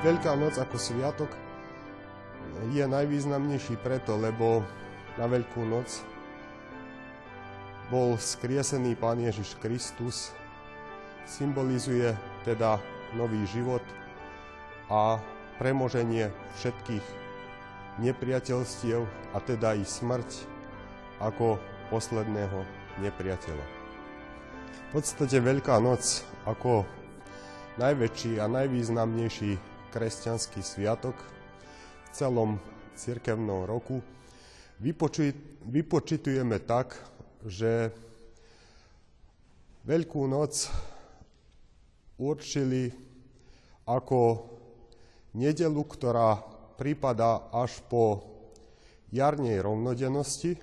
Veľká noc ako sviatok je najvýznamnejší preto, lebo na Veľkú noc bol skriesený Pán Ježiš Kristus, symbolizuje teda nový život a premoženie všetkých nepriateľstiev, a teda i smrť ako posledného nepriateľa. V podstate Veľká noc ako najväčší a najvýznamnejší kresťanský sviatok v celom cirkevnom roku vypočítujeme tak, že Veľkú noc určili ako nedeľu, ktorá pripadá až po jarnej rovnodennosti.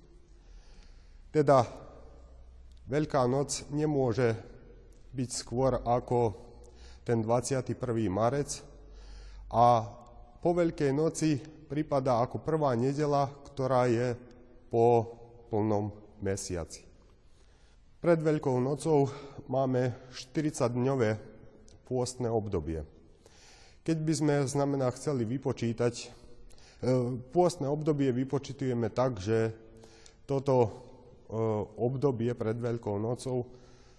Teda Veľká noc nemôže byť skôr ako ten 21. marec a po Veľkej noci pripadá ako prvá nedeľa, ktorá je po plnom mesiaci. Pred Veľkou nocou máme 40-dňové pôstne obdobie. Keď by sme chceli vypočítať, pôstne obdobie vypočítujeme tak, že toto obdobie pred Veľkou nocou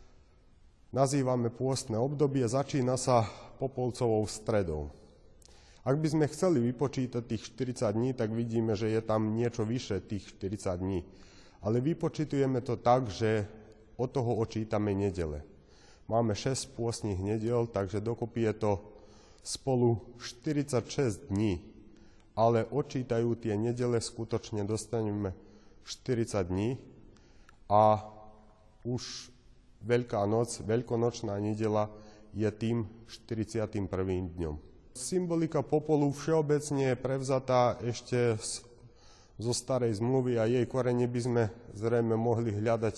nazývame pôstne obdobie, začína sa Popolcovou stredou. Ak by sme chceli vypočítať tých 40 dní, tak vidíme, že je tam niečo vyše tých 40 dní. Ale vypočítujeme to tak, že od toho odčítame nedele. Máme 6 pôstnych nediel, takže dokopy je to spolu 46 dní. Ale odčítajú tie nedele, skutočne dostaneme 40 dní a už Veľká noc, veľkonočná nedeľa je tým 41. dňom. Symbolika popolu všeobecne je prevzatá ešte zo starej zmluvy a jej korene by sme zrejme mohli hľadať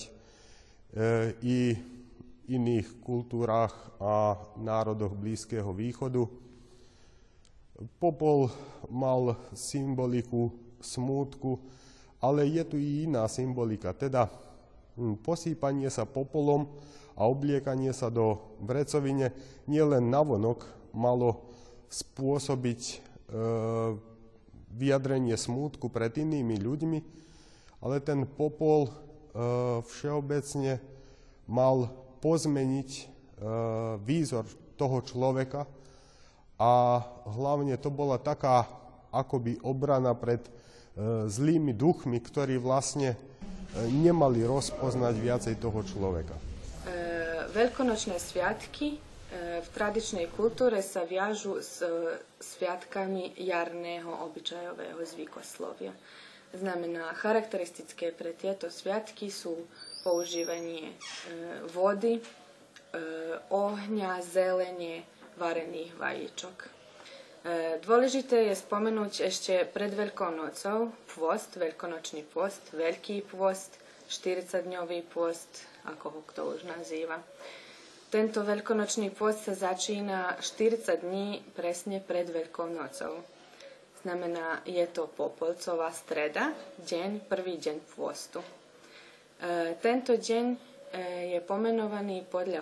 i v iných kultúrach a národoch Blízkeho východu. Popol mal symboliku smútku, ale je tu i iná symbolika, teda posýpanie sa popolom a obliekanie sa do vrecovine nielen navonok malo spôsobiť vyjadrenie smútku pred inými ľuďmi, ale ten popol všeobecne mal pozmeniť výzor toho človeka a hlavne to bola taká akoby obrana pred zlými duchmi, ktorí vlastne nemali rozpoznať viacej toho človeka. Veľkonočné sviatky v tradičnej kultúre sa viažu s sviatkami jarného obyčajového zvykoslovia. Znamená, charakteristické pre tieto sviatky sú používanie vody, ohňa, zelene, varených vajíčok. Dôležité je spomenúť ešte pred Veľkou nocou pôst, veľkonočný pôst, Veľký pôst, 40-dňový pôst, ako ho kto už nazýva. Tento veľkonočný pôst sa začína 40 dní presne pred Veľkou nocou. Znamená, je to Popolcová streda, prvý deň pôstu. Tento deň je pomenovaný podľa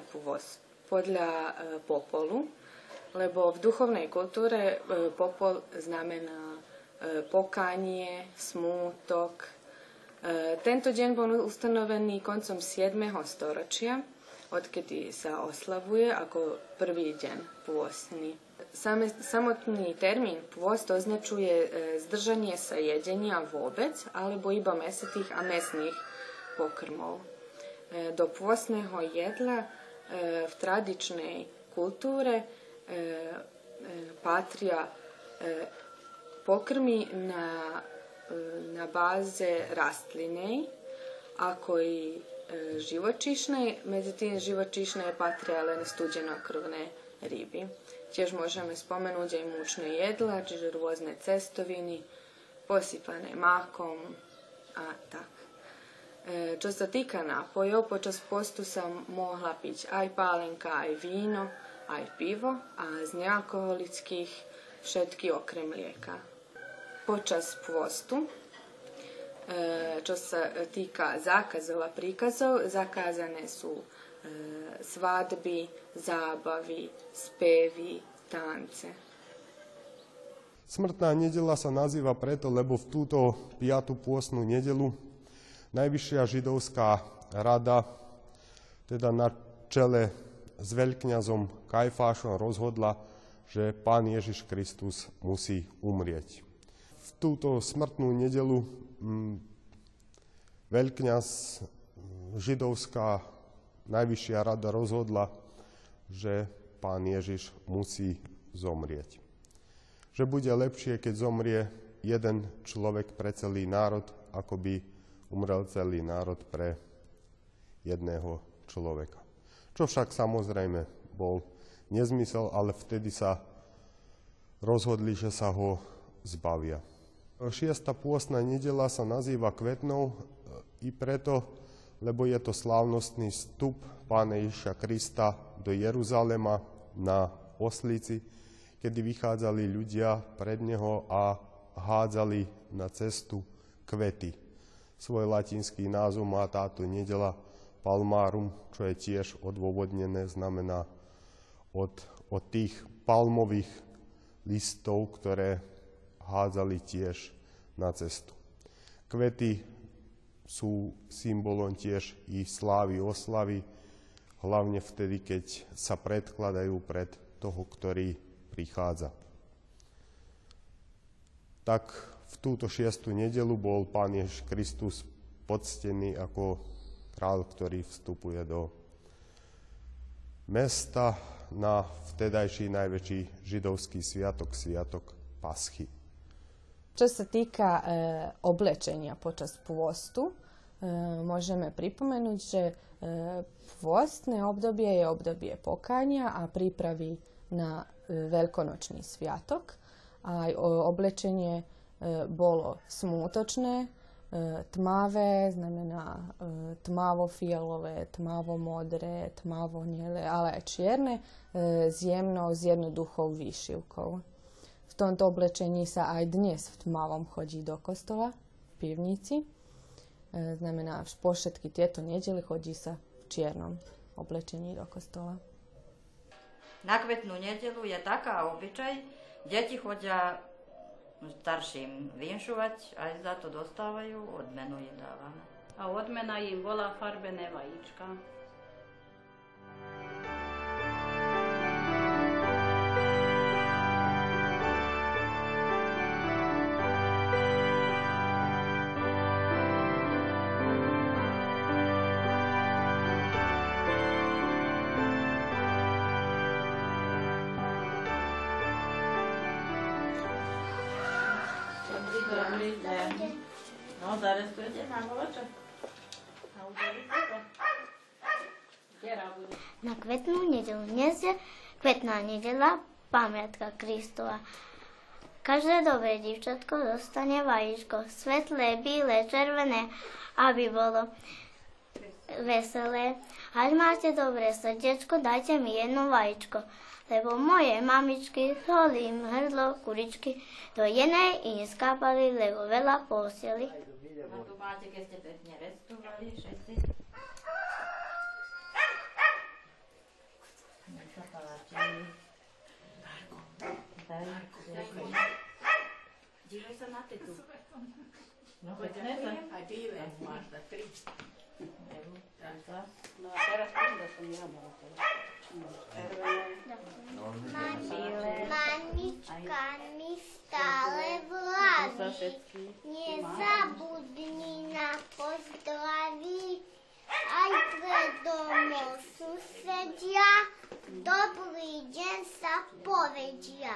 popolu, lebo v duchovnej kultúre popol znamená pokánie, smútok. Tento deň bol ustanovený koncom 7. storočia, odkedy sa oslavuje ako prvý deň pôstny. Samotný termín pôst označuje zdržanie sa jedenia vôbec alebo iba mäsitých a mäsných pokrmov. Do pôstneho jedla v tradičnej kultúre patria pokrmy na báze rastlinej, ako i živočíšnej. Medzi tým živočíšne patria len studenokrvné ryby. Tiež môžeme spomenúť aj múčne jedlá, čiže rôzne cestoviny, posypané mákom a tak. Čo sa týka nápojov, počas postu sa mohla piť aj pálenka, aj víno, aj pivo a z nealkoholických všetky okrem mlieka. Počas postu, čo sa týka zákazov a príkazov, zakázané sú svadby, zábavy, spevy, tance. Smrtná nedeľa sa nazýva preto, lebo v túto 5. pôstnu nedeľu Najvyššia židovská rada, teda na čele s veľkňazom Kajfášom, rozhodla, že Pán Ježiš Kristus musí umrieť. V túto smrtnú nedeľu veľkňaz, židovská Najvyššia rada rozhodla, že Pán Ježiš musí zomrieť. Že bude lepšie, keď zomrie jeden človek pre celý národ, ako by umrel celý národ pre jedného človeka. Čo však samozrejme bol nezmysel, ale vtedy sa rozhodli, že sa ho zbavia. 6. pôstna nedeľa sa nazýva kvetnou i preto, lebo je to slávnostný vstup Pána Ježiša Krista do Jeruzalema na oslici, kedy vychádzali ľudia pred neho a hádzali na cestu kvety. Svoj latinský názov má táto nedeľa Palmarum, čo je tiež odôvodnené, znamená od tých palmových listov, ktoré hádzali tiež na cestu. Kvety sú symbolom tiež i slávy, oslavy, hlavne vtedy, keď sa predkladajú pred toho, ktorý prichádza. Tak v túto 6. nedeľu bol Pán Ježiš Kristus poctený ako kráľ, ktorý vstupuje do mesta na vtedajší najväčší židovský sviatok, sviatok Paschy. Čo sa týka oblečenia počas pôstu, môžeme pripomenúť, že pôstne obdobie je obdobie pokánia a prípravy na veľkonočný sviatok. Aj oblečenie bolo smútočné, tmavé, znamená tmavo-fialové, tmavo-modré, tmavo-hnedé, ale aj čierne, s jemnou, s jednoduchou výšivkou. V tomto oblečení sa aj dnes v tmavom chodí do kostola, v pivnici. Znamená, po všetky tieto nedely chodí sa v čiernom oblečení do kostola. Na kvetnú nedeľu je taká obyčaj, deti chodia starším vinšovať, aj za to dostávajú, odmenu im dávame. A odmena im bola farbené vajíčka. No, zarezujete na volača? Na kvetnú nedeľu. Dnes je kvetná nedeľa, pamiatka Kristova. Každé dobré dievčatko dostane vajíčko, svetlé, bíle, červené, aby bolo veselé. Ak máte dobré srdiečko, dajte mi jedno vajíčko, lebo moje mamičky holím hrdlo kuričky do jednej i neskápali, lebo veľa posieli. A tu máte, keď ste pekne restovali, všetci. Nech sa páči. Dívaj sa na ty tu. No, pekne sa. Aj bíle, máš na 3. No a teraz príde som ja mala teda. Manička mi stále vládi, nezabudni na pozdraví, aj pre domov susedia, dobrý deň sa povedia.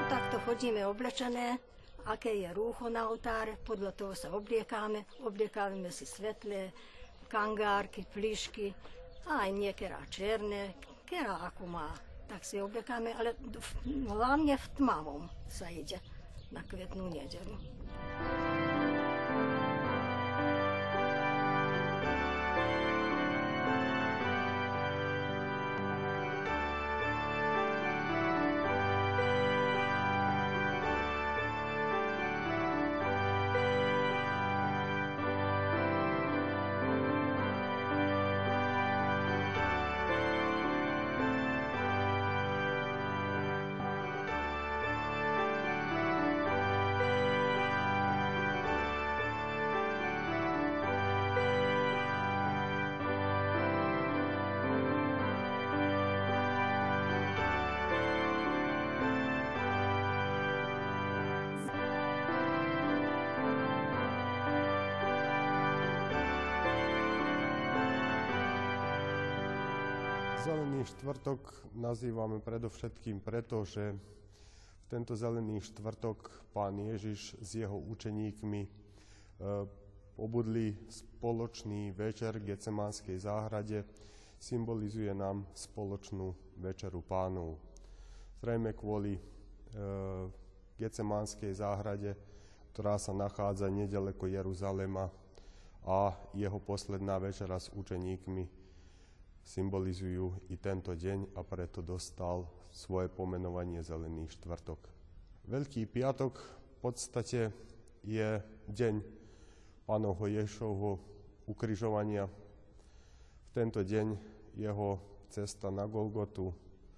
takto chodíme oblečené, aké je rúcho na oltáre, podľa toho sa obliekame. Obliekávame si svetlé kangárky, plišky, a aj niektorá čierne, ktorá ako má. Tak si obliekame, ale hlavne v tmavom sa ide na Kvetnú nedeľu. Zelený štvrtok nazývame predovšetkým preto, že v tento zelený štvrtok Pán Ježiš s jeho učeníkmi pobudli spoločný večer v Getsemanskej záhrade, symbolizuje nám spoločnú večeru Pánov. Zrejme kvôli Getsemanskej záhrade, ktorá sa nachádza nedaleko Jeruzalema, a jeho posledná večera s učeníkmi symbolizujú i tento deň a preto dostal svoje pomenovanie Zelený štvrtok. Veľký piatok v podstate je deň Pánovho Ježišovho ukrižovania. V tento deň jeho cesta na Golgotu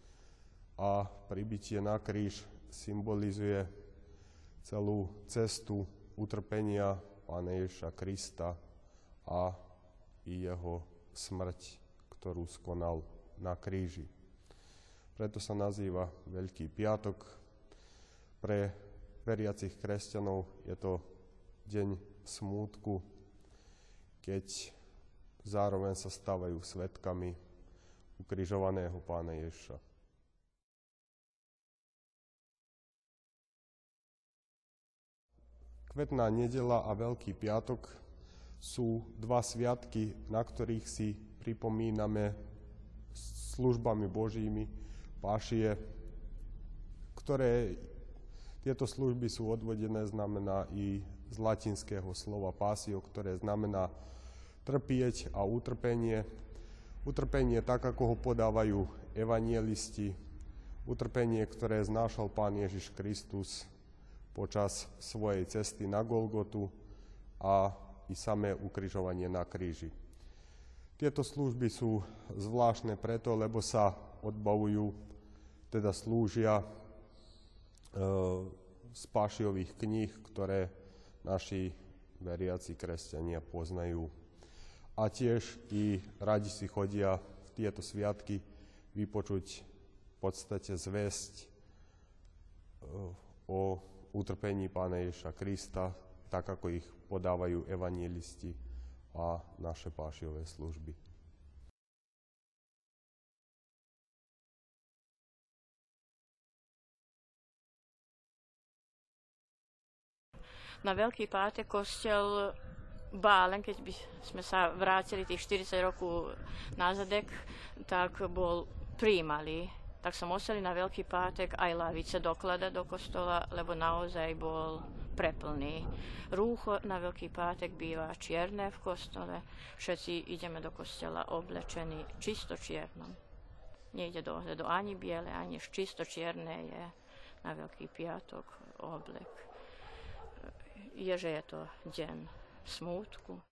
a pribitie na kríž symbolizuje celú cestu utrpenia Pána Ježiša Krista a i jeho smrť, ktorú skonal na kríži. Preto sa nazýva Veľký piatok. Pre veriacich kresťanov je to deň smútku, keď zároveň sa stávajú svedkami ukrižovaného Pána Ježiša. Kvetná nedeľa a Veľký piatok sú dva sviatky, na ktorých si pripomíname službami Božími pášie, ktoré tieto služby sú odvodené, znamená i z latinského slova passio, ktoré znamená trpieť a utrpenie. Utrpenie tak, ako ho podávajú evanielisti, utrpenie, ktoré znášal Pán Ježiš Kristus počas svojej cesty na Golgotu a i samé ukrižovanie na kríži. Tieto služby sú zvláštne preto, lebo sa odbavujú, teda slúžia z pášiových kníh, ktoré naši veriaci kresťania poznajú. A tiež i radi si chodia v tieto sviatky vypočuť v podstate zvesť o utrpení Pána Ježiša Krista, tak ako ich podávajú evanielisti a naše pášiové služby. Na Veľký pátek kostel Bálen, keď by sme sa vrátili tých 40 rokov nazadek, tak bol prijímalý. Tak sa museli na Veľký pátek aj lavice dokladať do kostola, lebo naozaj bol preplný. Rúcho na Veľký pátek býva čierne v kostole. Všetci ideme do kostola oblečení čisto čiernom. Nejde do ani biele, ani čisto čierne je na Veľký piatok oblek. Je, že je to deň smútku.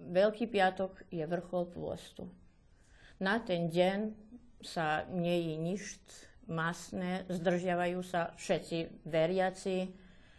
Veľký piatok je vrchol pôstu. Na ten deň sa nejí nič masné, zdržiavajú sa všetci veriaci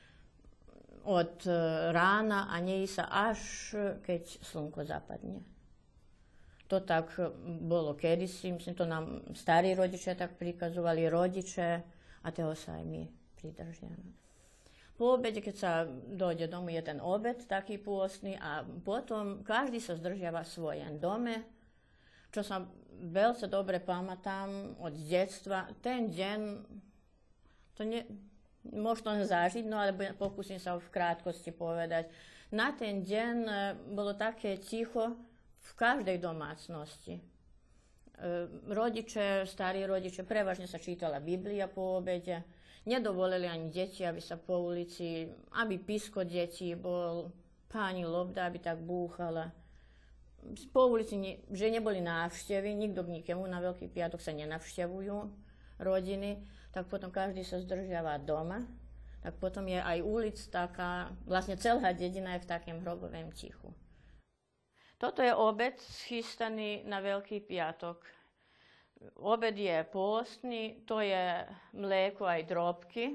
od rána a nejí sa až keď slnko zapadne. To tak bolo kedysi, myslím, to nám starí rodičia tak prikazovali, rodiče, a toho sa aj my pridržiame. Po obede, keď sa dojde domu, je ten obed taký pôstny a potom každý sa zdržiava v svojom dome. Čo sa veľmi dobre pamätám od detstva, ten deň, to možno zažiť, no ale pokúsim sa v krátkosti povedať. Na ten deň bolo také ticho v každej domácnosti. Rodiče, starí rodiče, prevažne sa čítala Biblia po obede. Nedovolili ani deti, aby sa po ulici, aby písko detí bol, páni lobda, aby tak búchala. Po ulici, že neboli návštevy, nikto k nikému, na Veľký piatok sa nenavštevujú rodiny, tak potom každý sa zdržiava doma, tak potom je aj ulic taká, vlastne celá dedina je v takém hrobovém tichu. Toto je obed schystaný na Veľký piatok. Obed je pôstny, to je mlieko aj drobky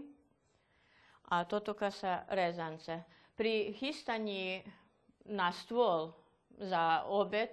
a toto sa rezance. Pri chystaní na stôl za obed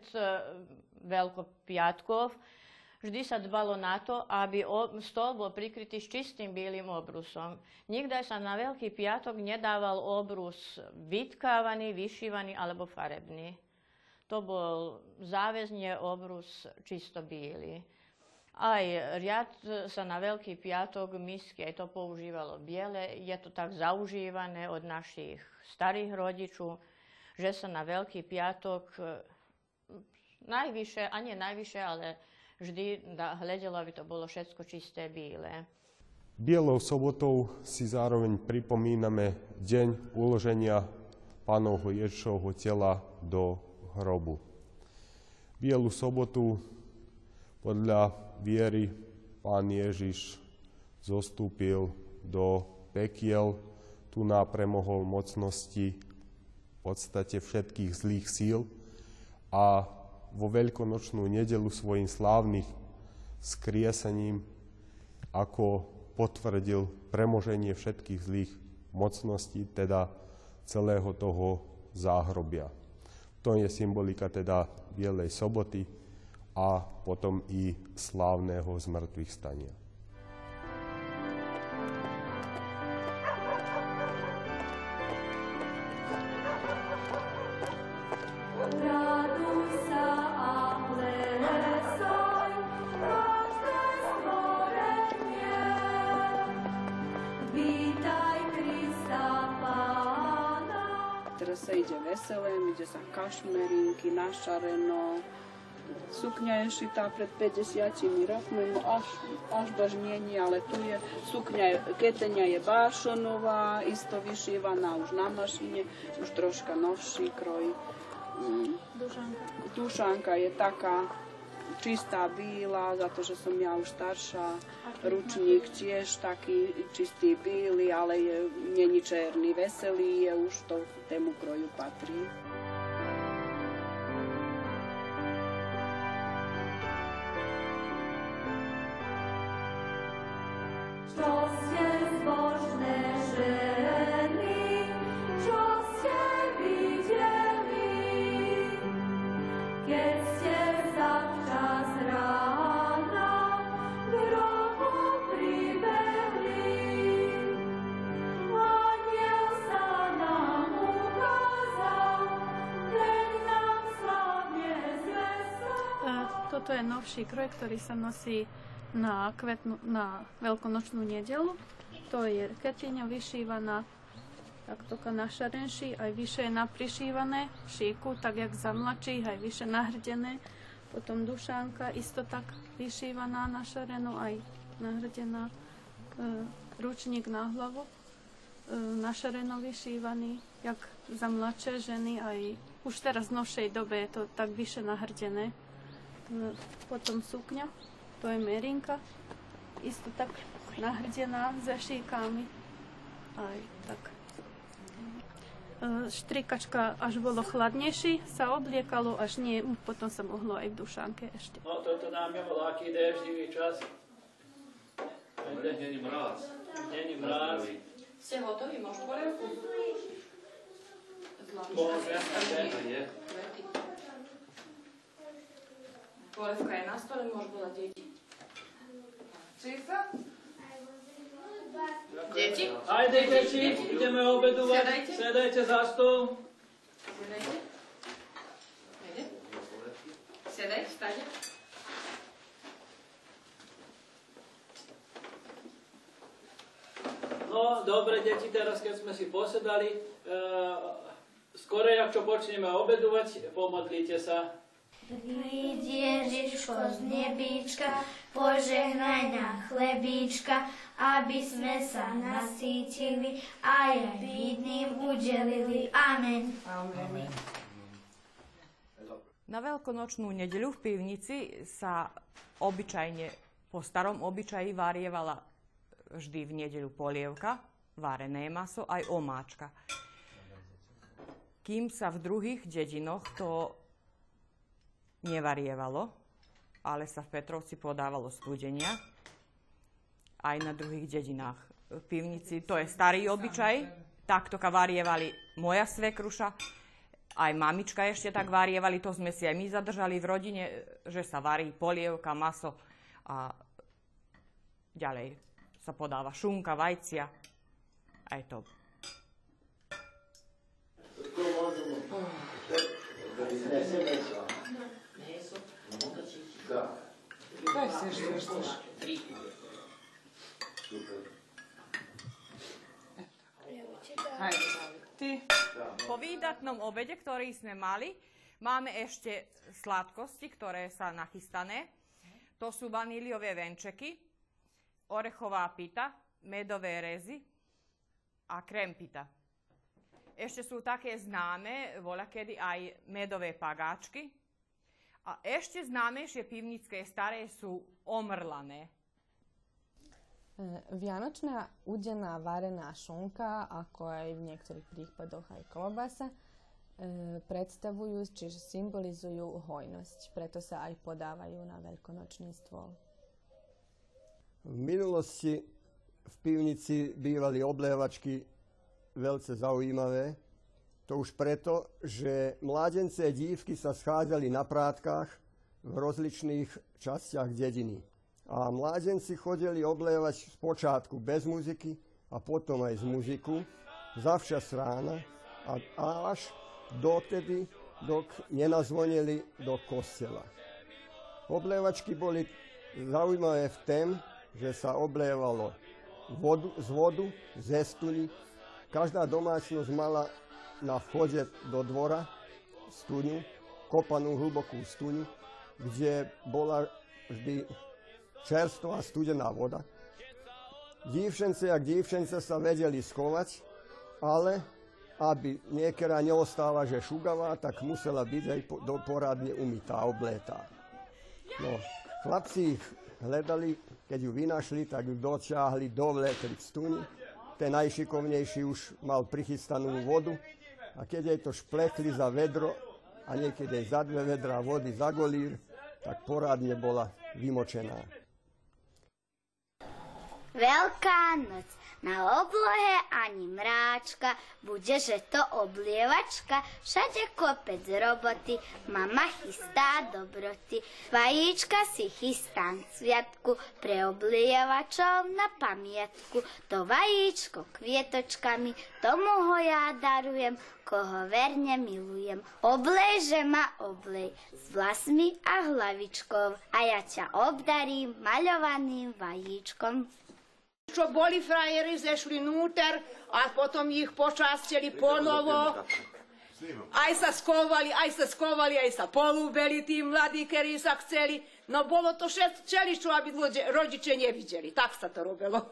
veľkopiatkov vždy sa dbalo na to, aby stôl bol prikrytý s čistým bielým obrusom. Nikdy sa na Veľký piatok nedával obrus vytkávaný, vyšívaný alebo farebný. To bol záväzne obrus čisto biely. Aj riad sa na Veľký piatok, misky, aj to používalo biele. Je to tak zaužívané od našich starých rodičov, že sa na Veľký piatok najvyššie, a nie najvyššie, ale vždy hľadelo, aby to bolo všetko čisté, biele. Bielou sobotou si zároveň pripomíname deň uloženia Pánovho Ježišovho tela do hrobu. Bielu sobotu podľa viery Pán Ježiš zostúpil do pekiel, tu premohol mocnosti v podstate všetkých zlých síl a vo veľkonočnú nedeľu svojim slávnym skriesením ako potvrdil premoženie všetkých zlých mocností, teda celého toho záhrobia. To je symbolika teda Bielej soboty a potom i slávneho zmrtvých stania. Teraz sa ide veselém, ide sa kašmerinky, na šareno. Sukňa je šitá pred 50 rokmi, až do žniení, ale tu je sukňa, keteňa je bášonová, isto vyšívaná už na mašine, už troška novší kroj. Dušanka je taká čistá bíla, za to, že som ja už staršia. Ručník tiež taký čistý bíly, ale není černý, veselý, je už to tému kroju patrí. Toto je novší kroj, ktorý sa nosí na veľkonočnú nedeľu. To je keteňa vyšívaná takto na šarenši, aj vyššie je naprišívané v šíku, tak jak za mladších, aj vyššie nahrdené. Potom dušánka, isto tak vyšívaná na šarenu, aj nahrdená. Ručník na hlavu, na šareno vyšívaný, jak za mladšie ženy, aj už teraz v novšej dobe je to tak vyššie nahrdené. Potom sukňa, to je merinka, isto tak nahrdená so šíkami. Aj tak. štrikačka, až bolo chladnejší, sa obliekalo, až nie, potom sa mohlo aj v dušánke ešte. No toto nám je voľaký deždivý čas. Není mráz. Není mráz. Ste hotoví? Môžu polievku? Môže. Polievka je na stole, môžu volať deti. Čísa? Deti? Ajde, deti, ideme obedovať. Sedajte za stôl. Sedajte. Ajde. Sedaj, vstajte. No, dobre, deti, teraz keď sme si posedali, skorej, ak čo počneme obedovať, pomodlite sa. Príď Ježiško z nebíčka, požehnaj na chlebíčka, aby sme sa nasýtili a aj bídnym udelili. Amen. Amen. Na veľkonočnú nedeľu v pivnici sa obyčajne, po starom obyčaji varievala vždy v nedeľu polievka, varené maso, aj omáčka. Kým sa v druhých dedinoch to nevarievalo, ale sa v Petrovci podávalo studenia. Aj na druhých dedinách. V pivnici to je starý obyčaj. Takto varievali moja svekruša. Aj mamička ešte tak varievali. To sme si aj my zadržali v rodine, že sa varí polievka, maso a ďalej sa podáva šunka, vajcia. Aj to. Po výdatnom obede, ktorý sme mali, máme ešte sladkosti, ktoré sa nachystané. To sú vaníliové venčeky, orechová pita, medové rezy a krempita. Ešte sú také známe, voľakedy aj medové pagáčky. A ešte známejšie pivnické staré sú omrlané. Vianočná udená varená šunka, ako aj v niektorých prípadoch aj klobasa, predstavujú, čiže symbolizujú hojnosť. Preto sa aj podávajú na veľkonočný stôl. V minulosti v pivnici bývali oblievačky veľce zaujímavé. To už preto, že mládence a dívky sa schádzali na prátkach v rozličných častiach dediny. A mládenci chodili oblievať spočiatku bez muziky a potom aj z muziku, zavčas rána a až dotedy, dok nenazvonili do kostela. Oblievačky boli zaujímavé v tom, že sa oblievalo z vodu, ze studni. Každá domácnosť mala na vchode do dvora studňu, kopanú hlbokú studňu, kde bola vždy čerstvá studená voda. Dívčence a dievčence sa vedeli schovať, ale aby niekera neostáva, že šugavá, tak musela byť aj poradne umytá, oblétá. No, chlapci ich hľadali, keď ju vynašli, tak ju dotiahli, dovlekli k studni. Ten najšikovnejší už mal prichystanú vodu a keď jej to šplekli za vedro a niekedy aj za 2 vedrá vody za golír, tak poradne bola vymočená. Veľká noc, na oblohe ani mráčka, bude, že to oblievačka, všade kopec roboty, mama chystá dobroty. Vajíčka si chystám k sviatku, pre oblievačov na pamiatku. To vajíčko kvietočkami, tomu ho ja darujem, koho verne milujem. Oblejže ma oblej, s vlasmi a hlavičkou, a ja ťa obdarím maľovaným vajíčkom. Čo boli frajeri, zešli núter a potom ich počastili ponovo. Aj sa skovali, aj sa polúbili tí mladí, ktorí sa chceli. No bolo to všetko, čo aby rodiče nevideli. Tak sa to robilo.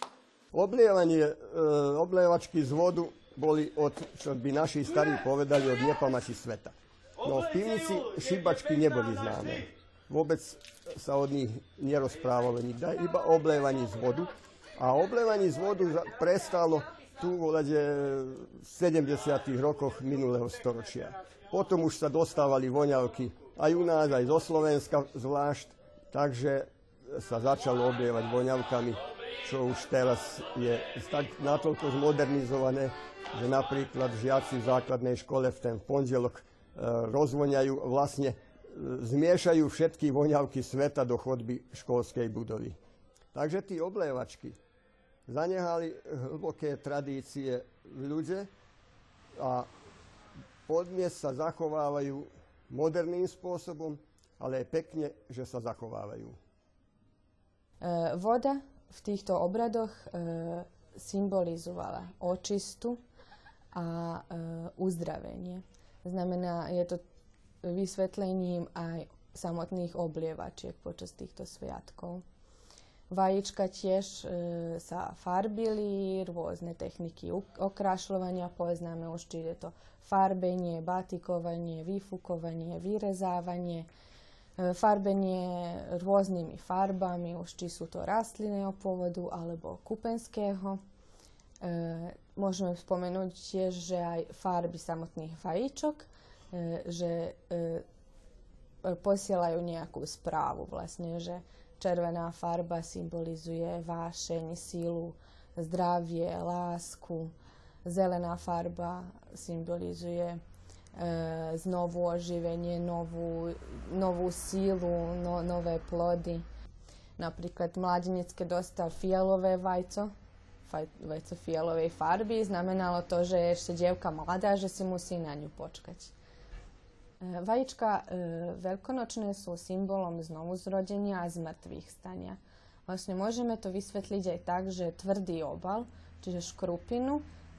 Oblievačky z vodu boli od, čo by naši starí povedali, od nepamati sveta. No v pivnici šibačky neboli známe. Vôbec sa od nich nerozprávalo nikdy, iba oblievanie z vodu. A oblievanie z vodu prestalo tu voľade v 70. rokoch minulého storočia. Potom už sa dostávali voňavky aj u nás, aj zo Slovenska zvlášť, takže sa začalo oblievať voňavkami, čo už teraz je tak natoľko zmodernizované, že napríklad žiaci v základnej škole v ten pondelok rozvoňajú, vlastne zmiešajú všetky voňavky sveta do chodby školskej budovy. Takže tí oblievačky zanehali hlboké tradície v ľude a podnes sa zachovávajú moderným spôsobom, ale je pekne, že sa zachovávajú. Voda v týchto obradoch symbolizovala očistu a uzdravenie. Znamená, je to vysvetlením aj samotných oblievačiek počas týchto sviatkov. Vajíčka tiež sa farbili, rôzne techniky okrášľovania poznáme už, či je to farbenie, batikovanie, vyfukovanie, vyrezávanie, farbenie rôznymi farbami, už či sú to rastlinného pôvodu alebo kupenského. Môžeme spomenúť tiež, že aj farby samotných vajíčok, že posielajú nejakú správu vlastne, že červená farba symbolizuje vášeň, silu, zdravie, lásku. Zelená farba symbolizuje znovu oživenie, novú sílu, nové plody. Napríklad mladenec, keď dostal fialové vajco fialovej farby, znamenalo to, že je ešte dievka mladá, že si musí na ňu počkať. Vajíčka veľkonočné sú symbolom znovuzrodenia a zmrtvých stania. Vlastne môžeme to vysvetliť aj tak, že tvrdý obal, čiže škrupinu,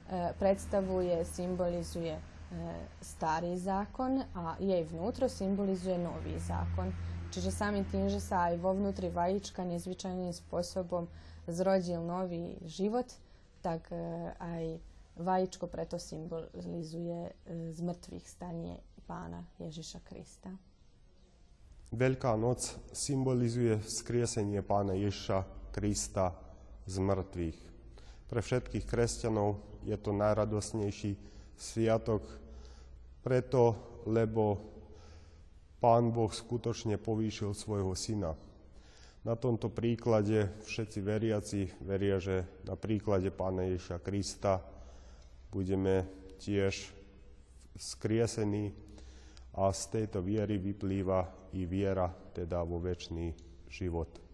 symbolizuje starý zákon a jej vnútro symbolizuje nový zákon. Čiže samým tým, že sa aj vo vnútri vajíčka nezvyčajným spôsobom zrodil nový život, tak aj vajíčko preto symbolizuje zmrtvých stanie Pána Ježiša Krista. Veľká noc symbolizuje vzkriesenie Pána Ježiša Krista z mŕtvych. Pre všetkých kresťanov je to najradosnejší sviatok, preto, lebo Pán Boh skutočne povýšil svojho syna. Na tomto príklade všetci veriaci veria, že na príklade Pána Ježiša Krista budeme tiež vzkriesení a z tejto viery vyplýva i viera, teda vo večný život.